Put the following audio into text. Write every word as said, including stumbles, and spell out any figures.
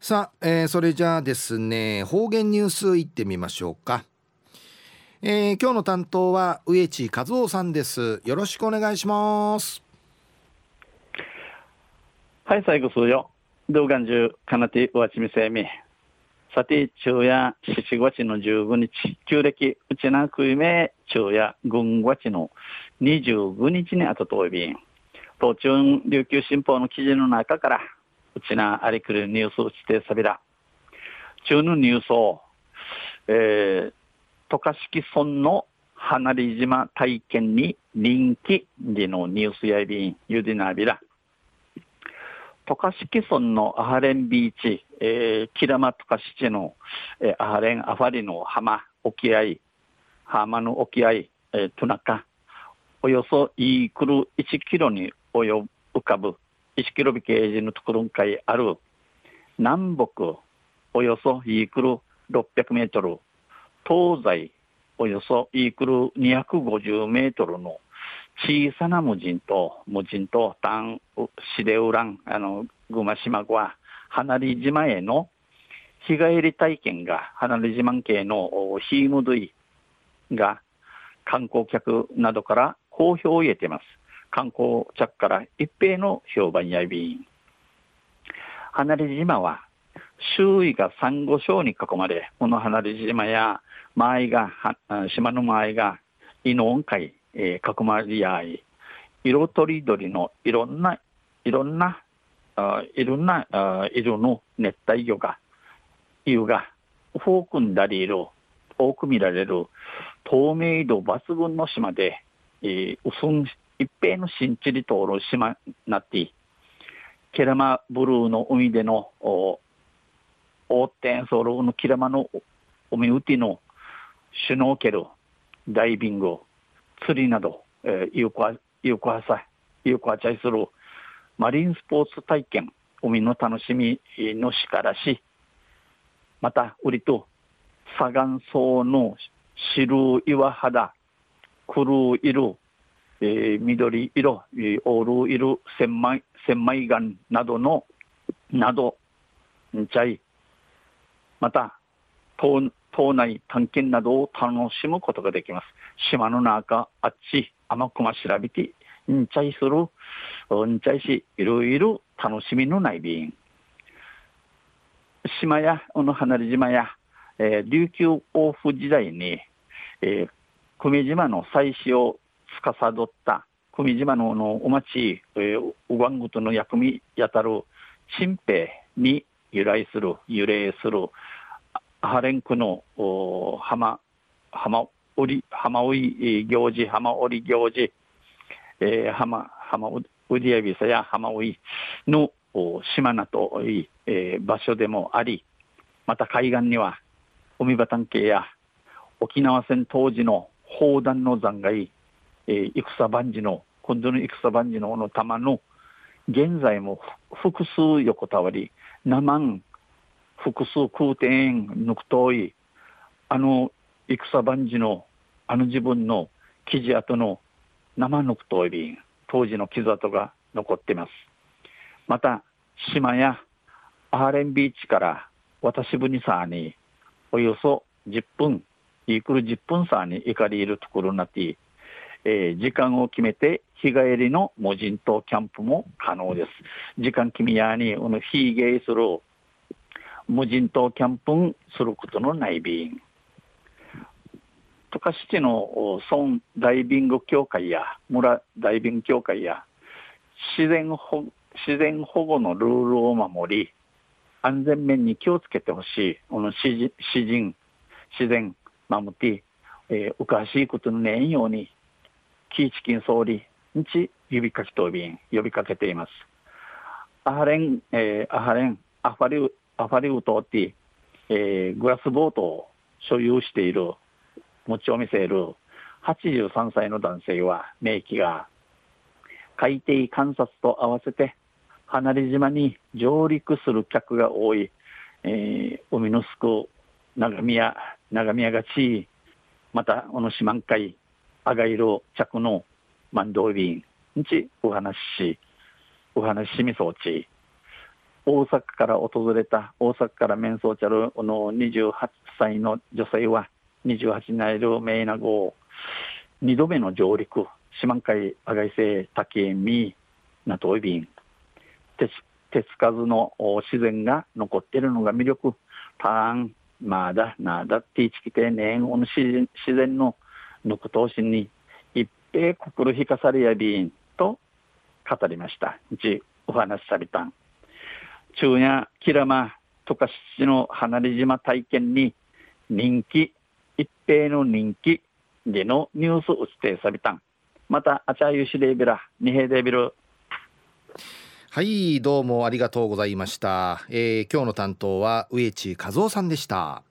さあ、えーそれじゃあですね、方言ニュースいってみましょうか。えー今日の担当は植地和夫さんです。よろしくお願いします。 はい、最後数よ。動画中、かなてうわちみせみ。さて、昼夜しちがつのじゅうごにち、旧暦、うちなくいめ、昼夜、軍がちのにじゅうごにちにあたといびん。東中琉球新報の記事の中から、うちなありくるニュースを指定さびら。中のニュースを、えー、渡嘉敷村の離島体験に人気でのニュースやいびん、ゆでなびら。渡嘉敷村のアハレンビーチ、えー、キラマ渡嘉敷の、えー、アハレンアファリの浜沖合、浜の沖合、えー、トナカ、およそイークルいちキロに及ぶ浮かぶいちキロビケージのところにある南北およそイークルろっぴゃくメートル、東西およそイークルにひゃくごじゅうメートルの小さな無人島、無人島、タン、シデウラン、あの、グマ島は、離れ島への日帰り体験が、離れ島系のヒームドゥイが観光客などから好評を得ています。観光客から一平の評判やびん。離れ島は、周囲がサンゴ礁に囲まれ、この離れ島や、周りが、島の周りが、イノン海、えー、囲まれ合い、色とりどりのいろんな、いろんな、あいろんなあ色の熱帯魚が、湯が、多くんだりいる、多く見られる、透明度抜群の島で、えー、薄ん一平の新地に通る島になって、ケラマブルーの海での、おオーテンソロのキラマの海うてのシュノーケル、ダイビング、釣りなど、えー、有効有効さ、有効チャイするマリンスポーツ体験、海の楽しみのしからし、また、売りと、砂岩層の白岩肌、黒色、えー、緑色、えー、オール色、千枚、千枚岩などの、など、んちゃい、また、島島内探検などを楽しむことができます。島の中、あっち、甘くま調べて、んちゃいする、んちゃいし、いろいろ楽しみのない便。島や、この離れ島や、えー、琉球王府時代に、えー、久米島の祭祀を司った久米島ののお町、えー、ウガングトの役にやたる新兵に由来する、由来する、ハレンクの浜、浜織り、浜織行事、浜織行事、えー、浜、浜ウディアビサや浜織の島なといい、えー、場所でもあり、また海岸には海バタン系や沖縄戦当時の砲弾の残骸、えー、戦万事の、今度の戦万事のの弾の現在も複数横たわり、生複数空天抜くとい、あの戦万事のあの自分の傷跡の生抜くといび当時の傷跡が残っています。また島やアーレンビーチから私ぶにさにおよそじゅっぷんイークルじゅっぷんさに行かれるところになって、えー、時間を決めて日帰りの無人島キャンプも可能です。時間決めやにこの日帰りする無人島キャンプすることのない便。十勝市の村ダイビング協会や村ダイビング協会や自然保自然保護のルールを守り、安全面に気をつけてほしい。この自然、自然守って、えー、おかしいことのないように、キーチキン総理にち呼びかけと便、呼びかけています。アハレン、えー、アハレン、アファリウ、アファリウ島って、えー、グラスボートを所有している、持ちを見せるはちじゅうさんさいの男性は、名機が海底観察と合わせて、離れ島に上陸する客が多い、えー、海のすく長宮、長宮がち、また、この四万海、あがいる着の万道便にちお話し、お話しみそうち、 大阪から訪れた大阪から面相ちゃるのにじゅうはっさいの女性はにじゅうはちなイルメイナ号にどめの上陸四万海あがいせ竹見なといびん手つかずの自然が残っているのが魅力パーンまだなだっていちきてねんおの自然のぬくとしに一平くくるひかされやびんと語りました。じお話しされたん中夜キラマ十勝の離れ島体験に人気一平の人気でのニュースを指定されたんまたあちゃゆしレービラ二平デビル。 はい、どうもありがとうございました。えー、今日の担当は植地和夫さんでした。